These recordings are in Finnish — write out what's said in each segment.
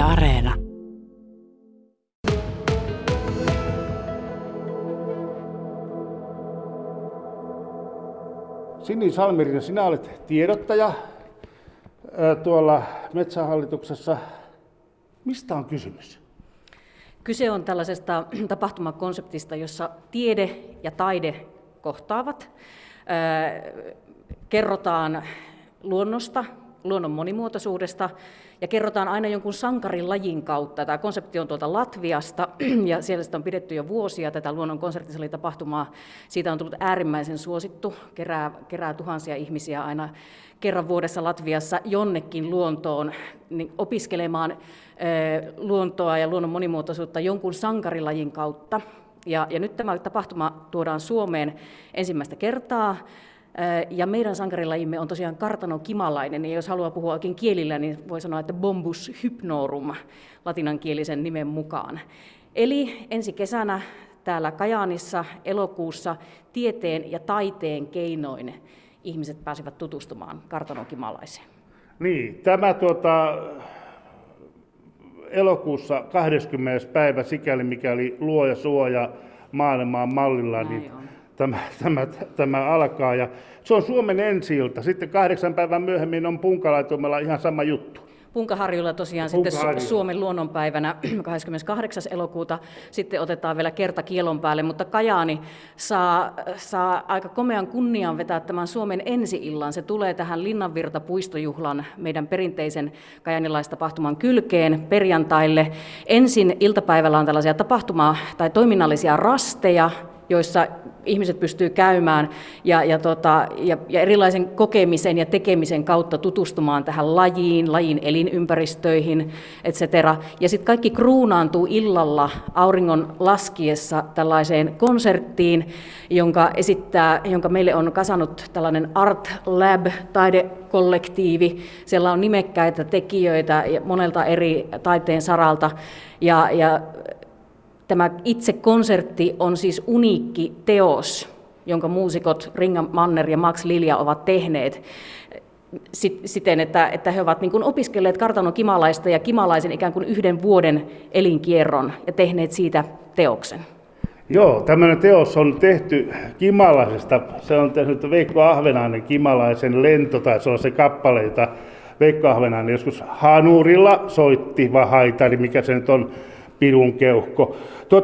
Areena. Sini Salmirinen, sinä olet tiedottaja tuolla Metsähallituksessa. Mistä on kysymys? Kyse on tällaisesta tapahtumakonseptista, jossa tiede ja taide kohtaavat. Kerrotaan luonnosta, luonnon monimuotoisuudesta ja kerrotaan aina jonkun sankarilajin kautta. Tämä konsepti on tuolta Latviasta ja siellä sitä on pidetty jo vuosia, tätä luonnon konserttisalita-tapahtumaa. Siitä on tullut äärimmäisen suosittu, kerää tuhansia ihmisiä aina kerran vuodessa Latviassa jonnekin luontoon niin opiskelemaan luontoa ja luonnon monimuotoisuutta jonkun sankarilajin kautta. Ja nyt tämä tapahtuma tuodaan Suomeen ensimmäistä kertaa. Ja meidän sankarilajimme on tosiaan kartanokimalainen, ja jos haluaa puhua oikein kielillä, niin voi sanoa, että Bombus hypnorum latinankielisen nimen mukaan. Eli ensi kesänä täällä Kajaanissa elokuussa tieteen ja taiteen keinoin ihmiset pääsivät tutustumaan kartanokimalaiseen. Niin, tämä elokuussa 20. päivä, sikäli mikäli luoja suoja maailmaan mallilla, niin tämä alkaa. Ja se on Suomen ensi-ilta. Sitten 8 päivän myöhemmin on Punkalaitumella ihan sama juttu. Punkaharjulla tosiaan sitten Suomen luonnonpäivänä 28. elokuuta sitten otetaan vielä kerta kielon päälle, mutta Kajaani saa aika komean kunnian vetää tämän Suomen ensi-illan. Se tulee tähän Linnanvirta-puistojuhlan meidän perinteisen kajaanilaistapahtuman kylkeen perjantaille. Ensin iltapäivällä on tällaisia tai toiminnallisia rasteja, joissa ihmiset pystyy käymään ja erilaisen kokemisen ja tekemisen kautta tutustumaan tähän lajin elinympäristöihin, etc. Ja sitten kaikki kruunaantuu illalla auringon laskiessa tällaiseen konserttiin, jonka meille on kasannut tällainen Art Lab taidekollektiivi. Siellä on nimekkäitä tekijöitä monelta eri taiteen saralta ja tämä itse konsertti on siis uniikki teos, jonka muusikot Ringa Manner ja Max Lilja ovat tehneet siten, että he ovat niin kuin opiskelleet kartanokimalaista ja kimalaisen ikään kuin 1 vuoden elinkierron ja tehneet siitä teoksen. Joo, tämmöinen teos on tehty kimalaisesta. Se on tehnyt Veikko Ahvenainen Kimalaisen lento, tai se on se kappale, jota Veikko Ahvenainen joskus hanurilla soitti, vai haitari, mikä se nyt on, pidun keuhko.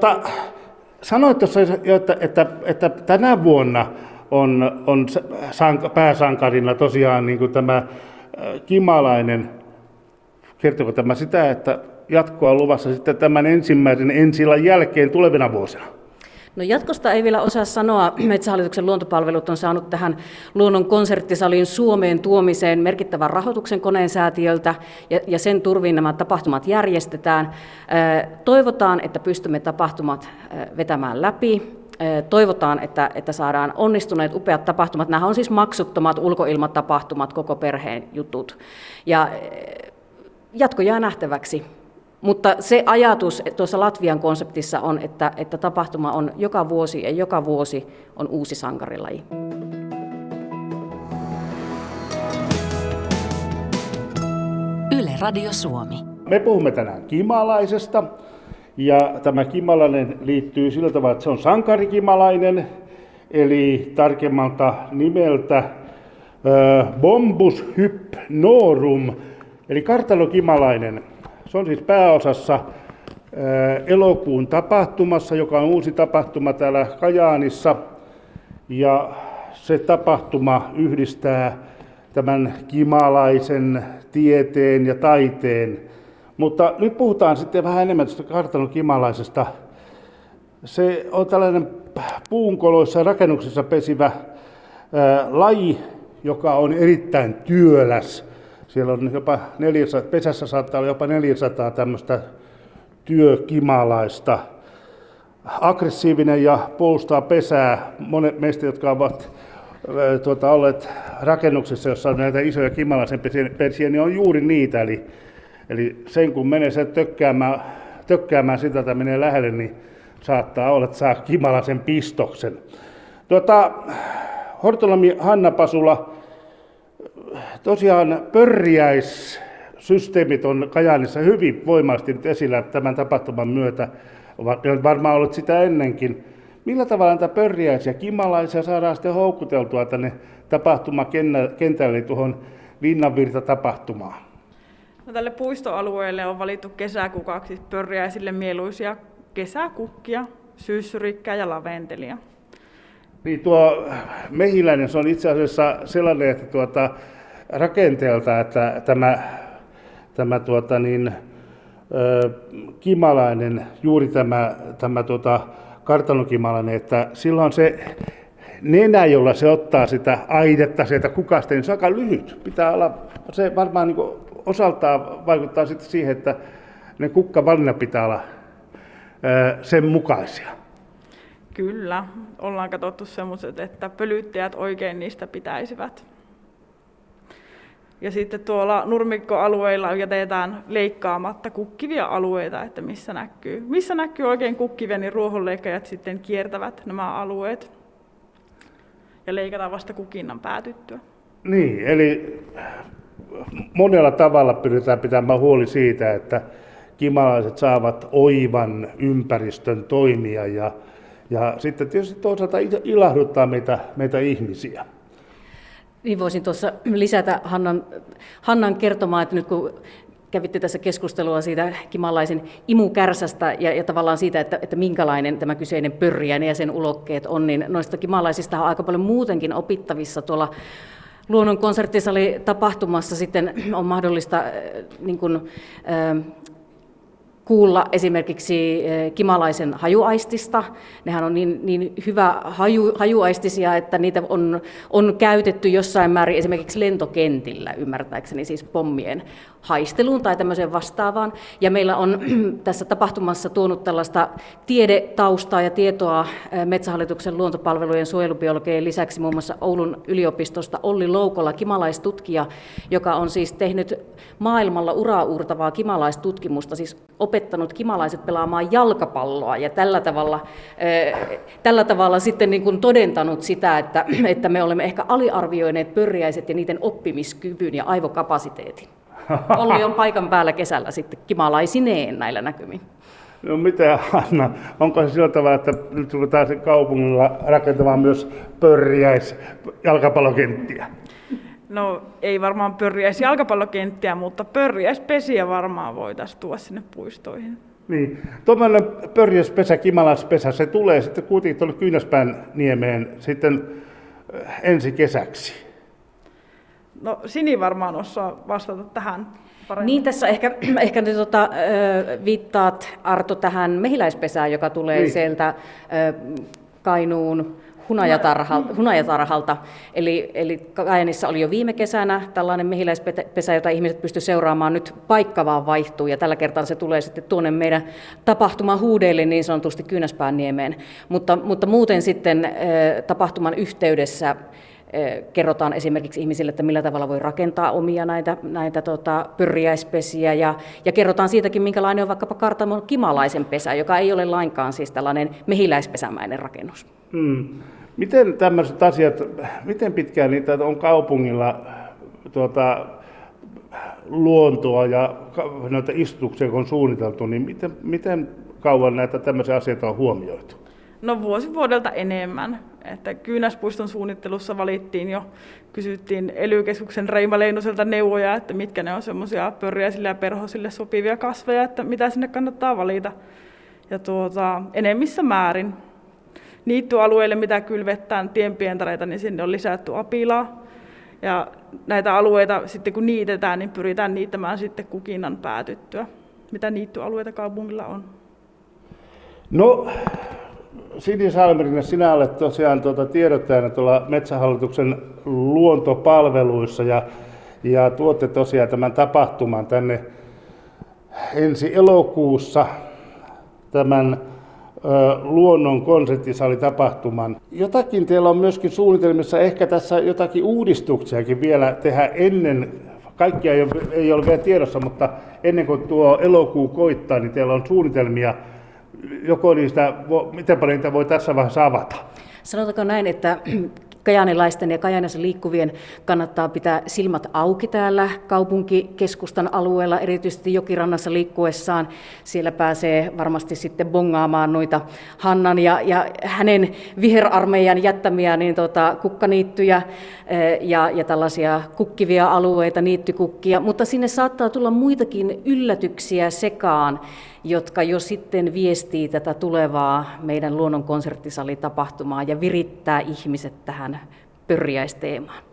Sanoit tuossa, että tänä vuonna on pääsankarina tosiaan niin kuin tämä kimalainen. Kertoko tämä sitä, että jatkoa on luvassa sitten tämän ensimmäisen ensi-illan jälkeen tulevina vuosina? No jatkosta ei vielä osaa sanoa. Metsähallituksen luontopalvelut on saanut tähän luonnon konserttisalin Suomeen tuomiseen merkittävän rahoituksen Koneen-säätiöltä ja sen turvin nämä tapahtumat järjestetään. Toivotaan, että pystymme tapahtumat vetämään läpi. Toivotaan, että saadaan onnistuneet upeat tapahtumat. Nämä on siis maksuttomat ulkoilmatapahtumat, koko perheen jutut. Ja jatko jää nähtäväksi. Mutta se ajatus tuossa Latvian konseptissa on, että tapahtuma on joka vuosi ja joka vuosi on uusi sankarilaji. Yle Radio Suomi. Me puhumme tänään kimalaisesta ja tämä kimalainen liittyy sillä tavalla, että se on sankarikimalainen, eli tarkemmalta nimeltä Bombus hypnorum, eli kartanokimalainen. Se on siis pääosassa elokuun tapahtumassa, joka on uusi tapahtuma täällä Kajaanissa. Ja se tapahtuma yhdistää tämän kimalaisen tieteen ja taiteen. Mutta nyt puhutaan sitten vähän enemmän tästä kartanokimalaisesta. Se on tällainen puunkoloissa ja rakennuksissa pesivä laji, joka on erittäin työläs. Siellä on jopa 400, pesässä saattaa olla jopa 400 tämmöistä työkimalaista. Aggressiivinen ja puolustaa pesää. Monet meistä, jotka ovat olleet rakennuksissa, jossa on näitä isoja kimalaisen persiä, niin on juuri niitä. Eli sen kun menee sen tökkäämään sitä, että menee lähelle, niin saattaa olla, että saa kimalaisen pistoksen. Hortolami Hanna Pasula, tosiaan pörriäis systeemit on Kajaanissa hyvin voimakkaasti nyt esillä tämän tapahtuman myötä. Ne on varmaan ollut sitä ennenkin. Millä tavalla näitä pörriäisiä kimalaisia saadaan sitten houkuteltua tänne tapahtumakentälle, eli tuohon Linnanvirta-tapahtumaan? No, tälle puistoalueelle on valittu kesäkukaksi pörriäisille mieluisia kesäkukkia, syssyrikkää ja laventelia. Niin tuo mehiläinen, se on itse asiassa sellainen, että rakenteelta, että tämä kimalainen, juuri tämä kartanokimalainen, että silloin se nenä, jolla se ottaa sitä aidetta sieltä kukasta, niin se on aika lyhyt. Pitää olla, se varmaan niin osaltaan vaikuttaa sitten siihen, että ne kukkavalinnat pitää olla sen mukaisia. Kyllä, ollaan katsottu sellaiset, että pölyttäjät oikein niistä pitäisivät. Ja sitten tuolla nurmikkoalueilla jätetään leikkaamatta kukkivia alueita, että missä näkyy oikein kukkivia, niin ruohonleikkaajat sitten kiertävät nämä alueet ja leikataan vasta kukinnan päätyttyä. Niin, eli monella tavalla pyritään pitämään huoli siitä, että kimalaiset saavat oivan ympäristön toimia ja sitten tietysti toisaalta ilahduttaa meitä ihmisiä. Niin voisin tuossa lisätä Hannan kertomaan, että nyt kun kävitte tässä keskustelua siitä kimalaisen imukärsästä ja tavallaan siitä, että minkälainen tämä kyseinen pörriäinen ja sen ulokkeet on, niin noista kimalaisista on aika paljon muutenkin opittavissa tuolla Luonnon konserttisali tapahtumassa sitten on mahdollista niin kuin, kuulla esimerkiksi kimalaisen hajuaistista. Nehän on niin hyvä hajuaistisia, että niitä on käytetty jossain määrin esimerkiksi lentokentillä, ymmärtääkseni siis pommien haisteluun tai tämmöiseen vastaavaan. Ja meillä on tässä tapahtumassa tuonut tällaista tiedetaustaa ja tietoa Metsähallituksen luontopalvelujen suojelubiologien lisäksi muun muassa Oulun yliopistosta Olli Loukola, kimalaistutkija, joka on siis tehnyt maailmalla uraauurtavaa kimalaistutkimusta, siis opettanut kimalaiset pelaamaan jalkapalloa ja tällä tavalla sitten niin kuin todentanut sitä, että me olemme ehkä aliarvioineet pörriäiset ja niiden oppimiskyvyn ja aivokapasiteetin. Olli on paikan päällä kesällä sitten kimalaisineen näillä näkymin. No mitä, Hanna, onko se sillä tavalla, että nyt ruvetaan sen kaupungilla rakentamaan myös jalkapallokenttiä? No ei varmaan jalkapallokenttiä, mutta pörriäispesiä varmaan voitaisiin tuoda sinne puistoihin. Niin, tuommoinen pörriäispesä, kimalaispesä, se tulee sitten kuitenkin tuolle Kyynäspäänniemeen sitten ensi kesäksi. No Sini varmaan osaa vastata tähän paremmin. Niin tässä ehkä viittaat Arto tähän mehiläispesään, joka tulee niin sieltä Kainuun hunajatarhalta. Eli Kajaanissa oli jo viime kesänä tällainen mehiläispesä, jota ihmiset pystyivät seuraamaan. Nyt paikka vaan vaihtuu ja tällä kertaa se tulee sitten tuonne meidän tapahtumahuudeille niin sanotusti Kyynäspäänniemeen. Mutta muuten sitten tapahtuman yhteydessä kerrotaan esimerkiksi ihmisille, että millä tavalla voi rakentaa omia näitä pörriäispesiä ja kerrotaan siitäkin, minkälainen on vaikkapa Kartamon kimalaisen pesä, joka ei ole lainkaan siis tällainen mehiläispesämäinen rakennus. Miten tämmöiset asiat, miten pitkään niitä on kaupungilla luontoa ja noita istutuksia, kun on suunniteltu, niin miten kauan näitä tämmöisiä asioita on huomioitu? No vuosi vuodelta enemmän. Että Kyynäspuiston suunnittelussa kysyttiin ELY-keskuksen Reima Leinoselta neuvoja, että mitkä ne on semmoisia pörriäisille ja perhosille sopivia kasveja, että mitä sinne kannattaa valita. Ja enemmissä määrin niittyalueille, mitä kylvetään tienpientareita, niin sinne on lisätty apilaa. Ja näitä alueita sitten kun niitetään, niin pyritään niittämään sitten kukinnan päätyttyä, mitä niittyalueita kaupungilla on. No, Sini Salminen, sinä olet tosiaan tiedottajana tuolla Metsähallituksen luontopalveluissa ja tuotte tosiaan tämän tapahtuman tänne ensi elokuussa tämän luonnon konserttisalitapahtuman. Jotakin teillä on myöskin suunnitelmissa, ehkä tässä jotakin uudistuksiakin vielä tehdä ennen, kaikkia ei ole vielä tiedossa, mutta ennen kuin tuo elokuu koittaa, niin teillä on suunnitelmia. Joko niistä, miten paljon niitä voi tässä vaiheessa avata? Sanotaanko näin, että kajaanilaisten ja Kajaanissa liikkuvien kannattaa pitää silmät auki täällä kaupunkikeskustan alueella, erityisesti jokirannassa liikkuessaan. Siellä pääsee varmasti sitten bongaamaan noita Hannan ja hänen viherarmeijan jättämiä kukkaniittyjä ja tällaisia kukkivia alueita, niittykukkia, mutta sinne saattaa tulla muitakin yllätyksiä sekaan, jotka jo sitten viestii tätä tulevaa meidän luonnon konserttisalitapahtumaa ja virittää ihmiset tähän pörjäisteemaan.